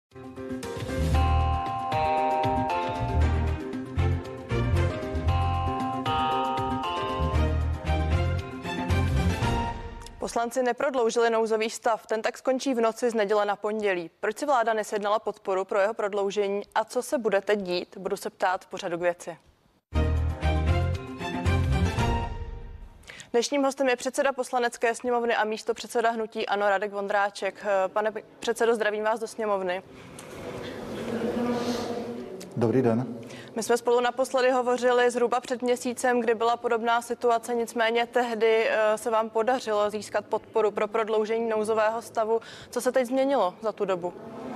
Poslanci neprodloužili nouzový stav, ten tak skončí v noci z neděle na pondělí. Proč si vláda nesjednala podporu pro jeho prodloužení a co se bude teď dít, budu se ptát v pořadu k věci. Dnešním hostem je předseda Poslanecké sněmovny a místopředseda hnutí ANO Radek Vondráček. Pane předsedo, zdravím vás do sněmovny. Dobrý den. My jsme spolu naposledy hovořili zhruba před měsícem, kdy byla podobná situace, nicméně tehdy se vám podařilo získat podporu pro prodloužení nouzového stavu. Co se teď změnilo za tu dobu?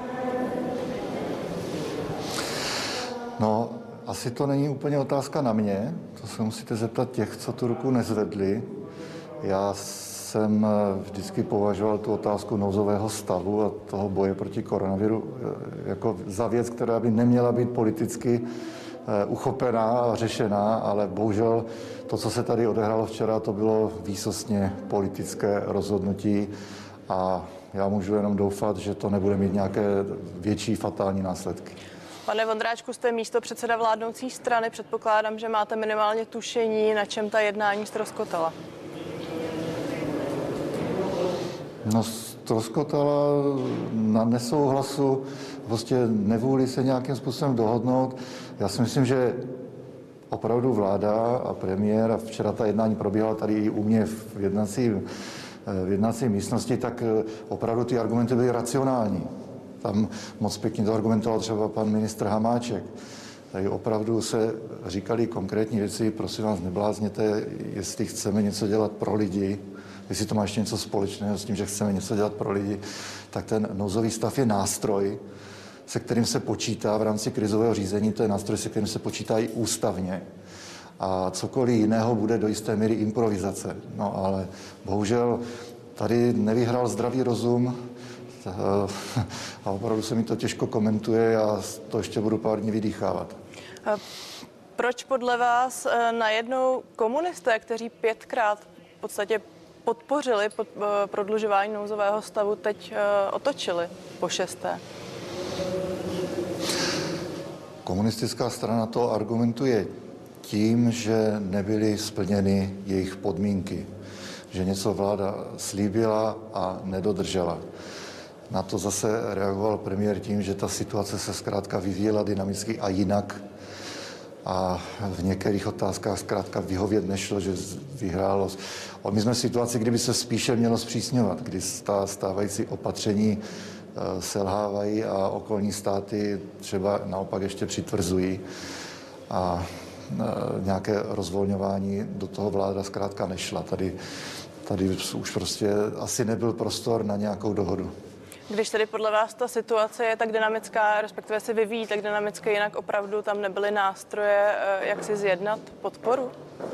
No, asi to není úplně otázka na mě, to se musíte zeptat těch, co tu ruku nezvedli. Já jsem vždycky považoval tu otázku nouzového stavu a toho boje proti koronaviru jako za věc, která by neměla být politicky uchopená a řešená, ale bohužel to, co se tady odehrálo včera, to bylo výsostně politické rozhodnutí a já můžu jenom doufat, že to nebude mít nějaké větší fatální následky. Pane Vondráčku, jste místopředseda vládnoucí strany. Předpokládám, že máte minimálně tušení, na čem ta jednání ztroskotala. No, ztroskotala na nesouhlasu, prostě nevůli se nějakým způsobem dohodnout. Já si myslím, že opravdu vláda a premiér, a včera ta jednání probíhala tady i u mě v jednací místnosti, tak opravdu ty argumenty byly racionální. Tam moc pěkně to argumentoval třeba pan ministr Hamáček. Tady opravdu se říkali konkrétní věci, prosím vás, neblázněte, jestli chceme něco dělat pro lidi, jestli to má ještě něco společného s tím, že chceme něco dělat pro lidi, tak ten nouzový stav je nástroj, se kterým se počítá v rámci krizového řízení, to je nástroj, se kterým se počítá i ústavně. A cokoliv jiného bude do jisté míry improvizace. No ale bohužel tady nevyhrál zdravý rozum a opravdu se mi to těžko komentuje a to ještě budu pár dní vydýchávat. Proč podle vás najednou komunisté, kteří 5krát v podstatě podpořili prodlužování nouzového stavu, teď otočili po 6. Komunistická strana to argumentuje tím, že nebyly splněny jejich podmínky, že něco vláda slíbila a nedodržela. Na to zase reagoval premiér tím, že ta situace se zkrátka vyvíjela dynamicky a jinak. A v některých otázkách zkrátka vyhovět nešlo, že vyhrálo. My jsme v situaci, kdyby se spíše mělo zpřísňovat, kdy stávající opatření selhávají a okolní státy třeba naopak ještě přitvrzují. A nějaké rozvolňování do toho vláda zkrátka nešla. Tady už prostě asi nebyl prostor na nějakou dohodu. Když tedy podle vás ta situace je tak dynamická, respektive se vyvíjí tak dynamicky, jinak opravdu tam nebyly nástroje, jak si zjednat podporu?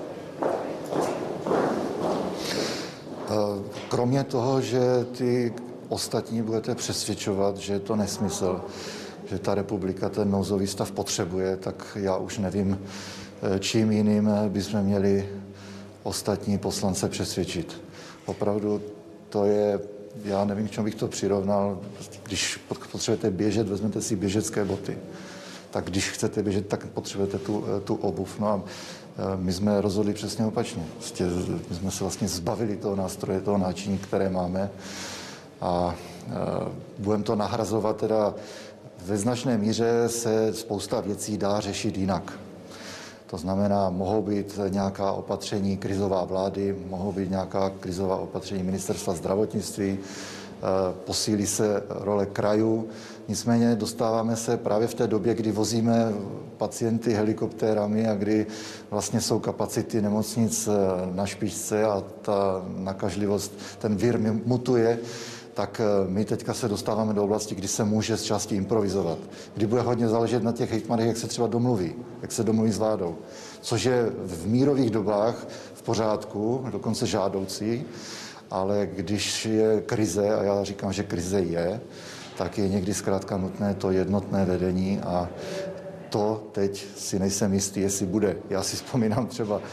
Kromě toho, že ty ostatní budete přesvědčovat, že je to nesmysl, že ta republika ten nouzový stav potřebuje, tak já už nevím, čím jiným bychom měli ostatní poslance přesvědčit. Opravdu to je, já nevím, k čemu bych to přirovnal, když potřebujete běžet, vezmete si běžecké boty. Tak když chcete běžet, tak potřebujete tu obuv. No a my jsme rozhodli přesně opačně. My jsme se vlastně zbavili toho nástroje, toho náčiní, které máme a budeme to nahrazovat teda ve značné míře se spousta věcí dá řešit jinak. To znamená, mohou být nějaká opatření krizová vlády, mohou být nějaká krizová opatření ministerstva zdravotnictví, posílí se role krajů. Nicméně dostáváme se právě v té době, kdy vozíme pacienty helikoptérami a kdy vlastně jsou kapacity nemocnic na špičce a ta nakažlivost, ten vir mutuje, tak my teďka se dostáváme do oblasti, kdy se může z části improvizovat. Kdy bude hodně záležet na těch hejtmanech, jak se třeba domluví, jak se domluví s vládou. Což je v mírových dobách v pořádku, dokonce žádoucí, ale když je krize, a já říkám, že krize je, tak je někdy zkrátka nutné to jednotné vedení a to teď si nejsem jistý, jestli bude. Já si vzpomínám třeba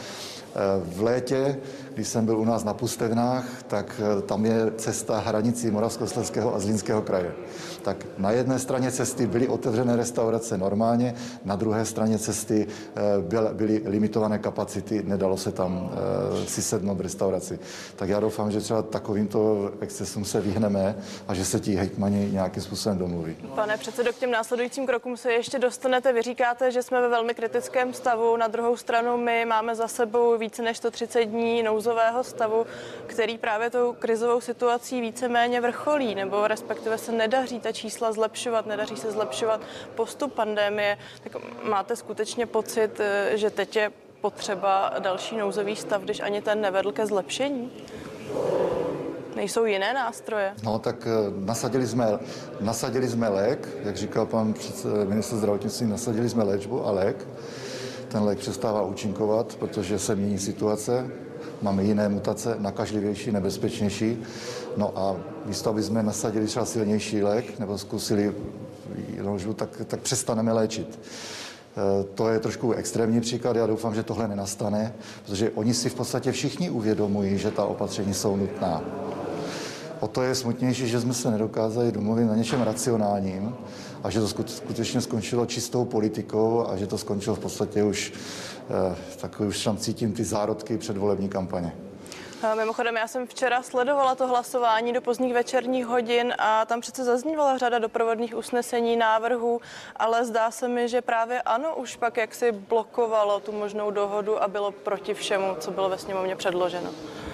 V létě, když jsem byl u nás na Pustevnách, tak tam je cesta hranicí Moravskoslezského a Zlínského kraje. Tak na jedné straně cesty byly otevřené restaurace normálně, na druhé straně cesty byly limitované kapacity, nedalo se tam si sednout v restauraci. Tak já doufám, že třeba takovýmto excesům se vyhneme a že se ti hejtmani nějakým způsobem domluví. Pane předsedo, k těm následujícím krokům se ještě dostanete. Vy říkáte, že jsme ve velmi kritickém stavu. Na druhou stranu my máme za sebou více než 130 dní nouzového stavu, který právě tou krizovou situací víceméně vrcholí, nebo respektive se nedaří ta čísla zlepšovat, nedaří se zlepšovat postup pandemie. Tak máte skutečně pocit, že teď je potřeba další nouzový stav, když ani ten nevedl ke zlepšení? Nejsou jiné nástroje? No tak nasadili jsme lék, jak říkal pan ministr zdravotnictví, nasadili jsme léčbu a lék. Ten lék přestává účinkovat, protože se mění situace, máme jiné mutace, nakažlivější, nebezpečnější. No a místo, aby jsme nasadili třeba silnější lék nebo zkusili léčbu, tak přestaneme léčit. To je trošku extrémní příklad, já doufám, že tohle nenastane, protože oni si v podstatě všichni uvědomují, že ta opatření jsou nutná. O to je smutnější, že jsme se nedokázali domluvit na něčem racionálním a že to skutečně skončilo čistou politikou a že to skončilo v podstatě už tam cítím ty zárodky předvolební kampaně. Mimochodem, já jsem včera sledovala to hlasování do pozdních večerních hodin a tam přece zaznívala řada doprovodných usnesení, návrhů, ale zdá se mi, že právě ANO už pak jaksi blokovalo tu možnou dohodu a bylo proti všemu, co bylo ve sněmovně předloženo.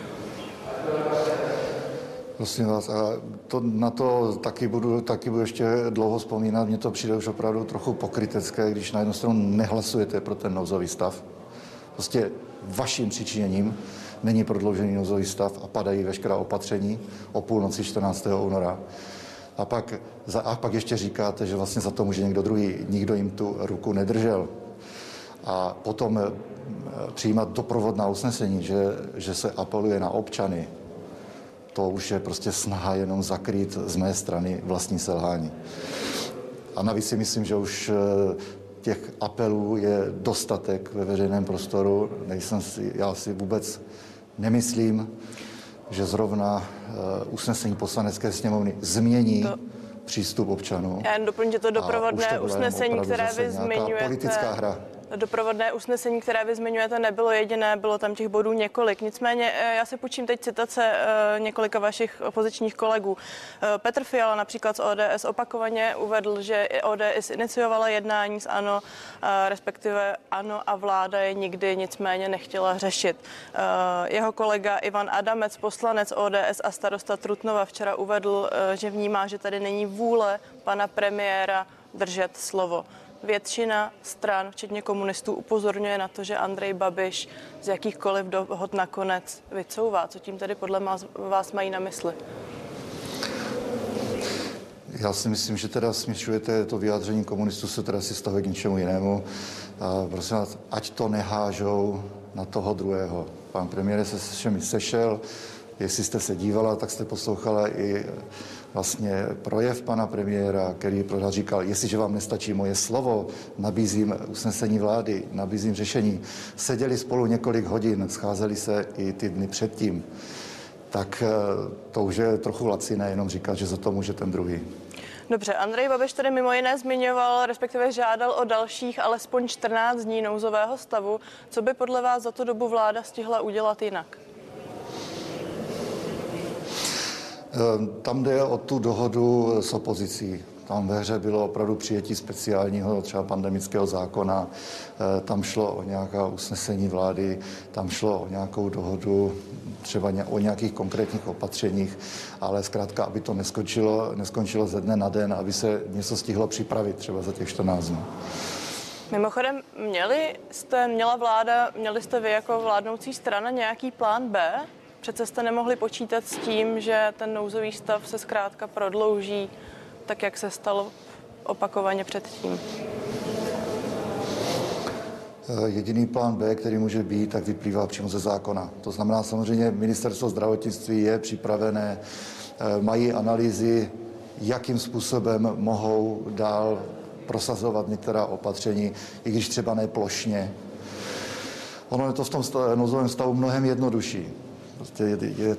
Prosím vás, a na to taky budu ještě dlouho vzpomínat. Mně to přijde už opravdu trochu pokrytecké, když na jednu stranu nehlasujete pro ten nouzový stav. Prostě vaším přičiněním není prodloužený nouzový stav a padají veškerá opatření o půlnoci 14. února. A pak ještě říkáte, že vlastně za to může někdo druhý. Nikdo jim tu ruku nedržel. A potom přijímat doprovodná usnesení, že se apeluje na občany, to už je prostě snaha jenom zakrýt z mé strany vlastní selhání. A navíc si myslím, že už těch apelů je dostatek ve veřejném prostoru. Já si vůbec nemyslím, že zrovna usnesení Poslanecké sněmovny změní přístup občanů. Já jen doplním, že to doprovodné usnesení, které vy zmiňujete. Politická hra. Doprovodné usnesení, které vy zmiňujete, nebylo jediné, bylo tam těch bodů několik. Nicméně já si půjčím teď citace několika vašich opozičních kolegů. Petr Fiala například z ODS opakovaně uvedl, že ODS iniciovala jednání s ANO, respektive ANO a vláda je nikdy nicméně nechtěla řešit. Jeho kolega Ivan Adamec, poslanec ODS a starosta Trutnova, včera uvedl, že vnímá, že tady není vůle pana premiéra držet slovo. Většina stran, včetně komunistů, upozorňuje na to, že Andrej Babiš z jakýchkoliv dohod nakonec vycouvá. Co tím tedy podle vás mají na mysli? Já si myslím, že teda směšujete to vyjádření komunistů, se teda si stavuje k něčemu jinému. A prosím vás, ať to nehážou na toho druhého. Pan premiér se se všemi sešel, jestli jste se dívala, tak jste poslouchala i vlastně projev pana premiéra, který říkal, jestliže vám nestačí moje slovo, nabízím usnesení vlády, nabízím řešení. Seděli spolu několik hodin, scházeli se i ty dny předtím. Tak to už je trochu laciné jenom říkat, že za to může ten druhý. Dobře, Andrej Babiš tedy mimo jiné zmiňoval, respektive žádal o dalších alespoň 14 dní nouzového stavu. Co by podle vás za tu dobu vláda stihla udělat jinak? Tam jde o tu dohodu s opozicí. Tam ve hře bylo opravdu přijetí speciálního třeba pandemického zákona, tam šlo o nějaká usnesení vlády, tam šlo o nějakou dohodu, třeba o nějakých konkrétních opatřeních, ale zkrátka, aby to neskončilo ze dne na den, aby se něco stihlo připravit třeba za těch 14 dnů. Mimochodem, měli jste vy jako vládnoucí strana nějaký plán B? Přece jste nemohli počítat s tím, že ten nouzový stav se zkrátka prodlouží, tak jak se stalo opakovaně předtím. Jediný plán B, který může být, tak vyplývá přímo ze zákona. To znamená, samozřejmě ministerstvo zdravotnictví je připravené, mají analýzy, jakým způsobem mohou dál prosazovat některá opatření, i když třeba ne plošně. Ono je to v tom nouzovém stavu mnohem jednodušší. Prostě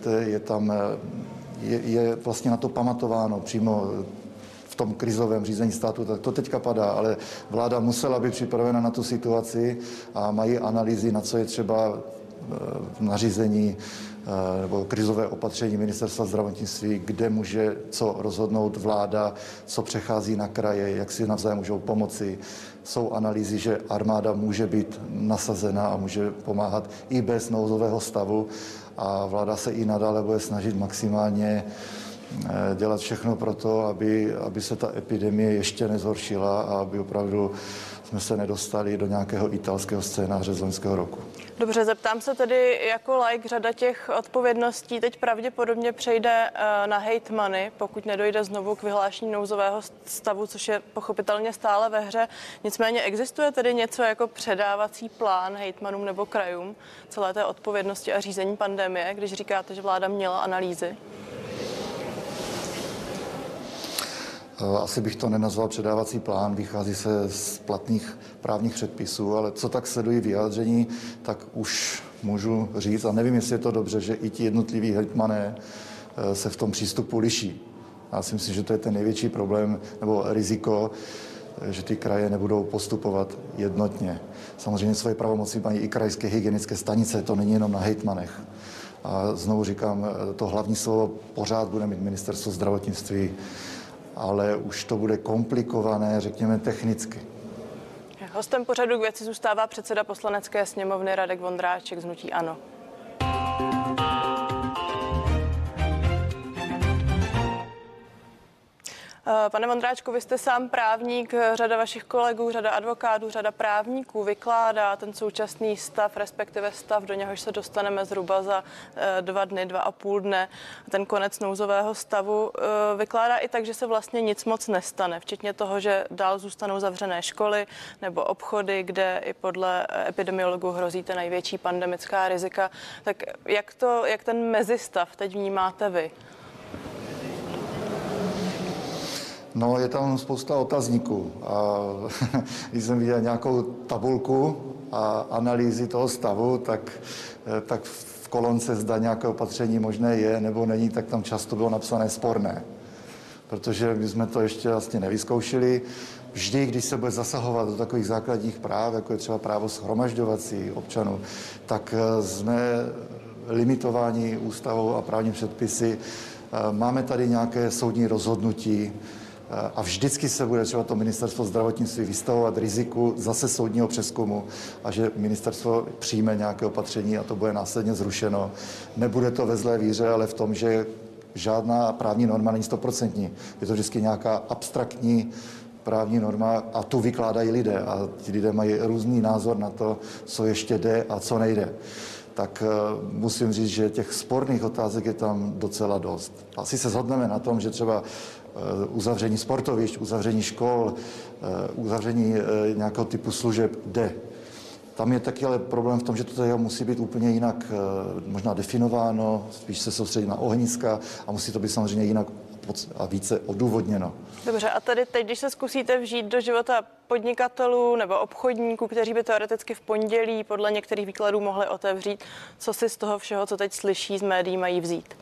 je vlastně na to pamatováno přímo v tom krizovém řízení státu, tak to teďka padá, ale vláda musela být připravena na tu situaci a mají analýzy, na co je třeba nařízení nebo krizové opatření Ministerstva zdravotnictví, kde může co rozhodnout vláda, co přechází na kraje, jak si navzájem můžou pomoci. Jsou analýzy, že armáda může být nasazena a může pomáhat i bez nouzového stavu a vláda se i nadále bude snažit maximálně dělat všechno pro to, aby se ta epidemie ještě nezhoršila a aby opravdu jsme se nedostali do nějakého italského scénáře z loňského roku. Dobře, zeptám se tedy jako laik, řada těch odpovědností teď pravděpodobně přejde na hejtmany, pokud nedojde znovu k vyhlášení nouzového stavu, což je pochopitelně stále ve hře. Nicméně existuje tedy něco jako předávací plán hejtmanům nebo krajům celé té odpovědnosti a řízení pandemie, když říkáte, že vláda měla analýzy? Asi bych to nenazval předávací plán, vychází se z platných právních předpisů, ale co tak sledují vyjádření, tak už můžu říct, a nevím, jestli je to dobře, že i ti jednotliví hejtmané se v tom přístupu liší. Já si myslím, že to je ten největší problém nebo riziko, že ty kraje nebudou postupovat jednotně. Samozřejmě svoje pravomoci mají i krajské hygienické stanice, to není jenom na hejtmanech. A znovu říkám, to hlavní slovo pořád bude mít Ministerstvo zdravotnictví, ale už to bude komplikované, řekněme, technicky. Hostem pořadu K věci zůstává předseda Poslanecké sněmovny Radek Vondráček z hnutí ANO. Pane Vondráčku, vy jste sám právník, řada vašich kolegů, řada advokátů, řada právníků vykládá ten současný stav, respektive stav, do něhož se dostaneme zhruba za 2 dny, 2,5 dne, ten konec nouzového stavu, vykládá i tak, že se vlastně nic moc nestane, včetně toho, že dál zůstanou zavřené školy nebo obchody, kde i podle epidemiologů hrozíte největší pandemická rizika. Tak jak ten mezistav teď vnímáte vy? No, je tam spousta otazníků. A když jsem viděl nějakou tabulku a analýzy toho stavu, tak v kolonce zda nějaké opatření možné je nebo není, tak tam často bylo napsané sporné. Protože my jsme to ještě vlastně nevyzkoušeli. Vždy, když se bude zasahovat do takových základních práv, jako je třeba právo shromažďovací občanů, tak jsme limitováni ústavou a právní předpisy. Máme tady nějaké soudní rozhodnutí, a vždycky se bude třeba to Ministerstvo zdravotnictví vystavovat riziku zase soudního přezkumu a že ministerstvo přijme nějaké opatření a to bude následně zrušeno. Nebude to ve zlé víře, ale v tom, že žádná právní norma není 100%. Je to vždycky nějaká abstraktní právní norma a tu vykládají lidé a ti lidé mají různý názor na to, co ještě jde a co nejde. Tak musím říct, že těch sporných otázek je tam docela dost. Asi se shodneme na tom, že třeba uzavření sportovišť, uzavření škol, uzavření nějakého typu služeb jde. Tam je taky ale problém v tom, že to tady musí být úplně jinak možná definováno, spíš se soustředit na ohniska a musí to být samozřejmě jinak a více odůvodněno. Dobře, a tady teď, když se zkusíte vžít do života podnikatelů nebo obchodníků, kteří by teoreticky v pondělí podle některých výkladů mohli otevřít, co si z toho všeho, co teď slyší z médií, mají vzít?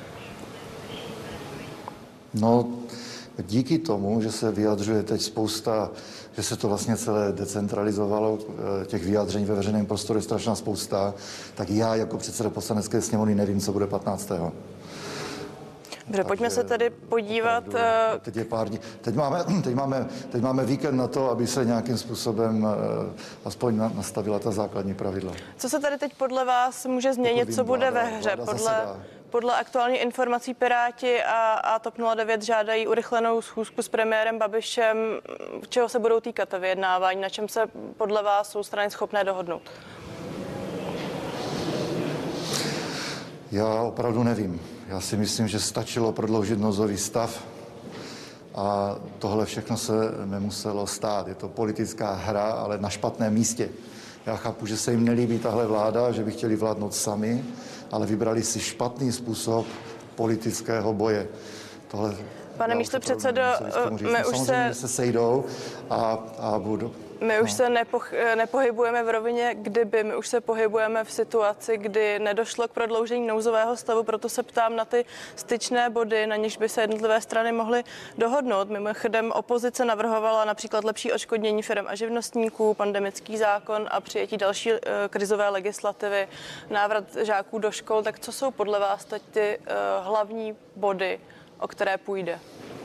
No, díky tomu, že se vyjadřuje teď spousta, že se to vlastně celé decentralizovalo, těch vyjádření ve veřejném prostoru je strašná spousta, tak já jako předseda Poslanecké sněmovny nevím, co bude 15. Dobře, pojďme se tedy podívat. Teď je pár dní. Teď máme víkend na to, aby se nějakým způsobem aspoň nastavila ta základní pravidla. Co se tady teď podle vás může změnit, co bude ve hře? Podle aktuální informací Piráti a TOP 09 žádají urychlenou schůzku s premiérem Babišem. Čeho se budou týkat ta vyjednávání? Na čem se podle vás jsou strany schopné dohodnout? Já opravdu nevím. Já si myslím, že stačilo prodloužit nouzový stav a tohle všechno se nemuselo stát. Je to politická hra, ale na špatném místě. Já chápu, že se jim nelíbí tahle vláda, že by chtěli vládnout sami, ale vybrali si špatný způsob politického boje. Tohle Pane místopředsedo, my už se sejdou a budou. My už se nepohybujeme v rovině kdyby, my už se pohybujeme v situaci, kdy nedošlo k prodloužení nouzového stavu, proto se ptám na ty styčné body, na nichž by se jednotlivé strany mohly dohodnout. Mimochodem opozice navrhovala například lepší odškodnění firem a živnostníků, pandemický zákon a přijetí další krizové legislativy, návrat žáků do škol. Tak co jsou podle vás teď ty hlavní body, o které půjde?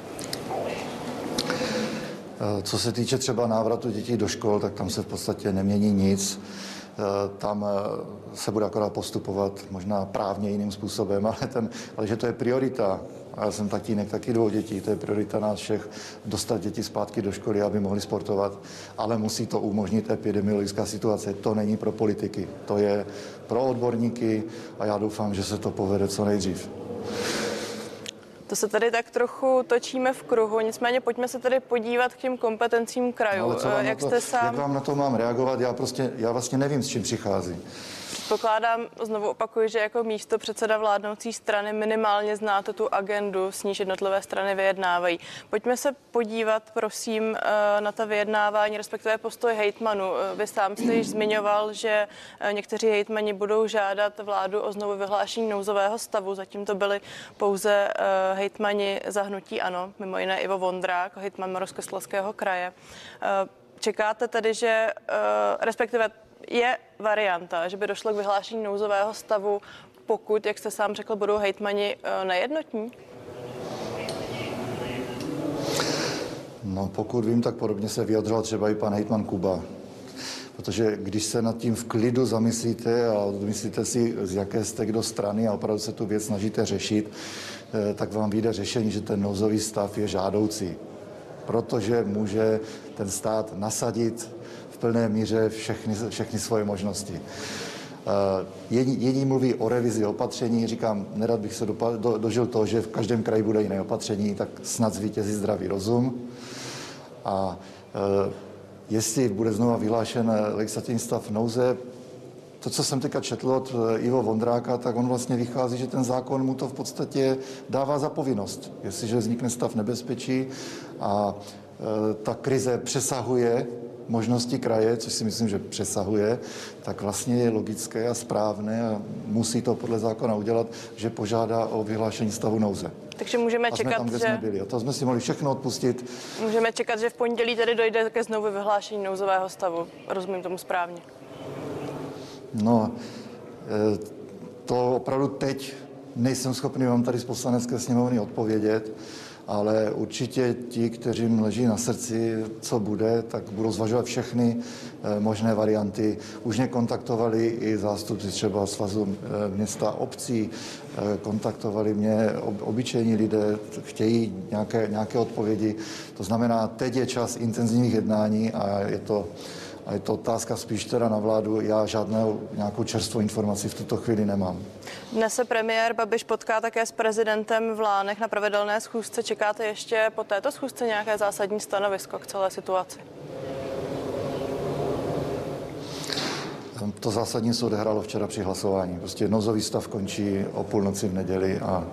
Co se týče třeba návratu dětí do škol, tak tam se v podstatě nemění nic. Tam se bude akorát postupovat možná právně jiným způsobem, ale že to je priorita. A já jsem tatínek taky 2 dětí, to je priorita nás všech, dostat děti zpátky do školy, aby mohli sportovat, ale musí to umožnit epidemiologická situace. To není pro politiky, to je pro odborníky a já doufám, že se to povede co nejdřív. To se tady tak trochu točíme v kruhu, nicméně pojďme se tady podívat k těm kompetencím krajů. No, jak vám na to mám reagovat? Já vlastně nevím, s čím přichází. Předpokládám, znovu opakuju, že jako místopředseda vládnoucí strany minimálně znáte tu agendu, s níž jednotlivé strany vyjednávají. Pojďme se podívat, prosím, na ta vyjednávání, respektive postoj hejtmanů. Vy sám jste již zmiňoval, že někteří hejtmani budou žádat vládu o znovu vyhlášení nouzového stavu. Zatím to byli pouze hejtmani za hnutí ANO, mimo jiné Ivo Vondrák, hejtman Moravskoslezského kraje. Čekáte tedy, že respektive je varianta, že by došlo k vyhlášení nouzového stavu, pokud, jak jste sám řekl, budou hejtmani nejednotní? No, pokud vím, tak podobně se vyjadřoval třeba i pan hejtman Kuba. Protože když se nad tím v klidu zamyslíte a odmyslíte si, z jaké jste kdo strany a opravdu se tu věc snažíte řešit, tak vám vyjde řešení, že ten nouzový stav je žádoucí. Protože může ten stát nasadit v plné míře všechny svoje možnosti. Jedni mluví o revizi opatření, říkám, nerad bych se dožil toho, že v každém kraji bude jiné opatření, tak snad zvítězí zdravý rozum. A jestli bude znova vyhlášen legislativní stav nouze, to, co jsem teďka četl od Ivo Vondráka, tak on vlastně vychází, že ten zákon mu to v podstatě dává za povinnost. Jestliže vznikne stav nebezpečí a ta krize přesahuje možnosti kraje, což si myslím, že přesahuje, tak vlastně je logické a správné a musí to podle zákona udělat, že požádá o vyhlášení stavu nouze. Takže můžeme čekat, tam, kde jsme byli. A to jsme si mohli všechno odpustit. Můžeme čekat, že v pondělí tedy dojde ke znovu vyhlášení nouzového stavu. Rozumím tomu správně? No, to opravdu teď nejsem schopný vám tady z Poslanecké sněmovny odpovědět, ale určitě ti, kteřím leží na srdci, co bude, tak budou zvažovat všechny možné varianty. Už mě kontaktovali i zástupci třeba Svazu města a obcí, kontaktovali mě obyčejní lidé, chtějí nějaké odpovědi. To znamená, teď je čas intenzivních jednání a je to otázka spíš teda na vládu. Já nějakou čerstvou informaci v tuto chvíli nemám. Dnes se premiér Babiš potká také s prezidentem v Lánech na pravidelné schůzce. Čekáte ještě po této schůzce nějaké zásadní stanovisko k celé situaci? To zásadní se odehrálo včera při hlasování. Prostě nouzový stav končí o půlnoci v neděli a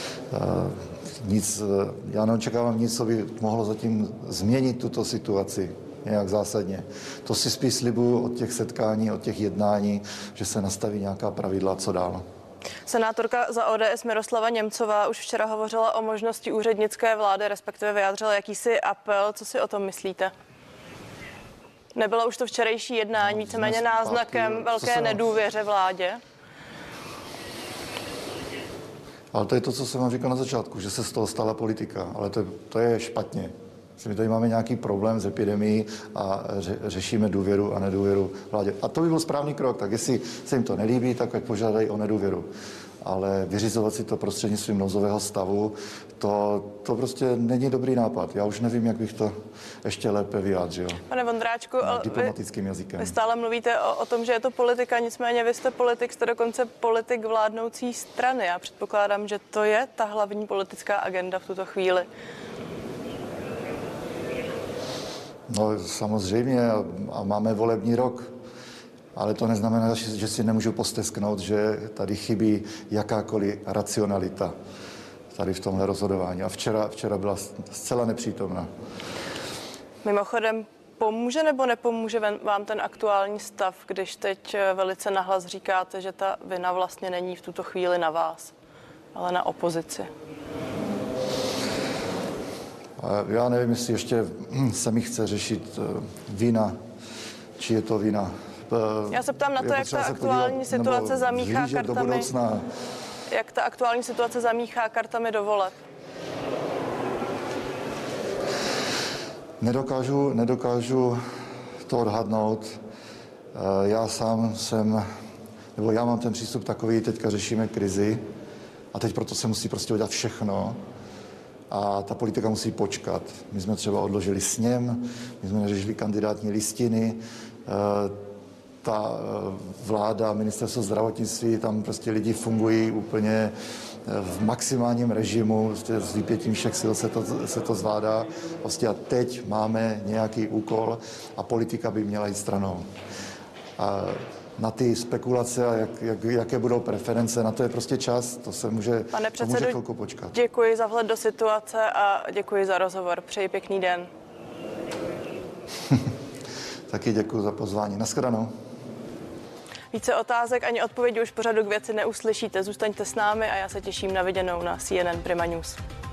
já neočekávám nic, co by mohlo zatím změnit tuto situaci nějak zásadně. To si spíš slibuju od těch setkání, od těch jednání, že se nastaví nějaká pravidla, co dál. Senátorka za ODS Miroslava Němcová už včera hovořila o možnosti úřednické vlády, respektive vyjádřila jakýsi apel. Co si o tom myslíte? Nebylo už to včerejší jednání víceméně náznakem velké nedůvěře vládě? Ale to je to, co jsem vám říkal na začátku, že se z toho stala politika, ale to je špatně. My tady máme nějaký problém s epidemií a řešíme důvěru a nedůvěru vládě. A to by byl správný krok, tak jestli se jim to nelíbí, tak ať požádají o nedůvěru. Ale vyřizovat si to prostřednictvím nouzového stavu, to prostě není dobrý nápad. Já už nevím, jak bych to ještě lépe vyjádřil. Pane Vondráčku, diplomatickým jazykem. Vy stále mluvíte o tom, že je to politika, nicméně vy jste politik, jste dokonce politik vládnoucí strany. Já předpokládám, že to je ta hlavní politická agenda v tuto chvíli. No samozřejmě a máme volební rok, ale to neznamená, že si nemůžu postesknout, že tady chybí jakákoliv racionalita. tady v tomhle rozhodování. A včera byla zcela nepřítomná. Mimochodem, pomůže nebo nepomůže vám ten aktuální stav, když teď velice nahlas říkáte, že ta vina vlastně není v tuto chvíli na vás, ale na opozici? Já nevím, jestli ještě se mi chce řešit vina, či je to vina. Já se ptám na to, jak ta aktuální situace zamíchá kartami. Jak ta aktuální situace zamíchá kartami do voleb? Nedokážu to odhadnout. Já mám ten přístup takový, teďka řešíme krizi a teď proto se musí prostě udělat všechno a ta politika musí počkat. My jsme třeba odložili sněm, my jsme neřešili kandidátní listiny, ta vláda, ministerstvo zdravotnictví, tam prostě lidi fungují úplně v maximálním režimu, s vypětím všech sil se to zvládá. Prostě a teď máme nějaký úkol a politika by měla jít stranou. A na ty spekulace a jaké budou preference, na to je prostě čas, to může chvilku počkat. Děkuji za vhled do situace a děkuji za rozhovor. Přeji pěkný den. Taky děkuji za pozvání. Nashledanou. Více otázek ani odpovědi už pořadu k věci neuslyšíte. Zůstaňte s námi a já se těším na viděnou na CNN Prima News.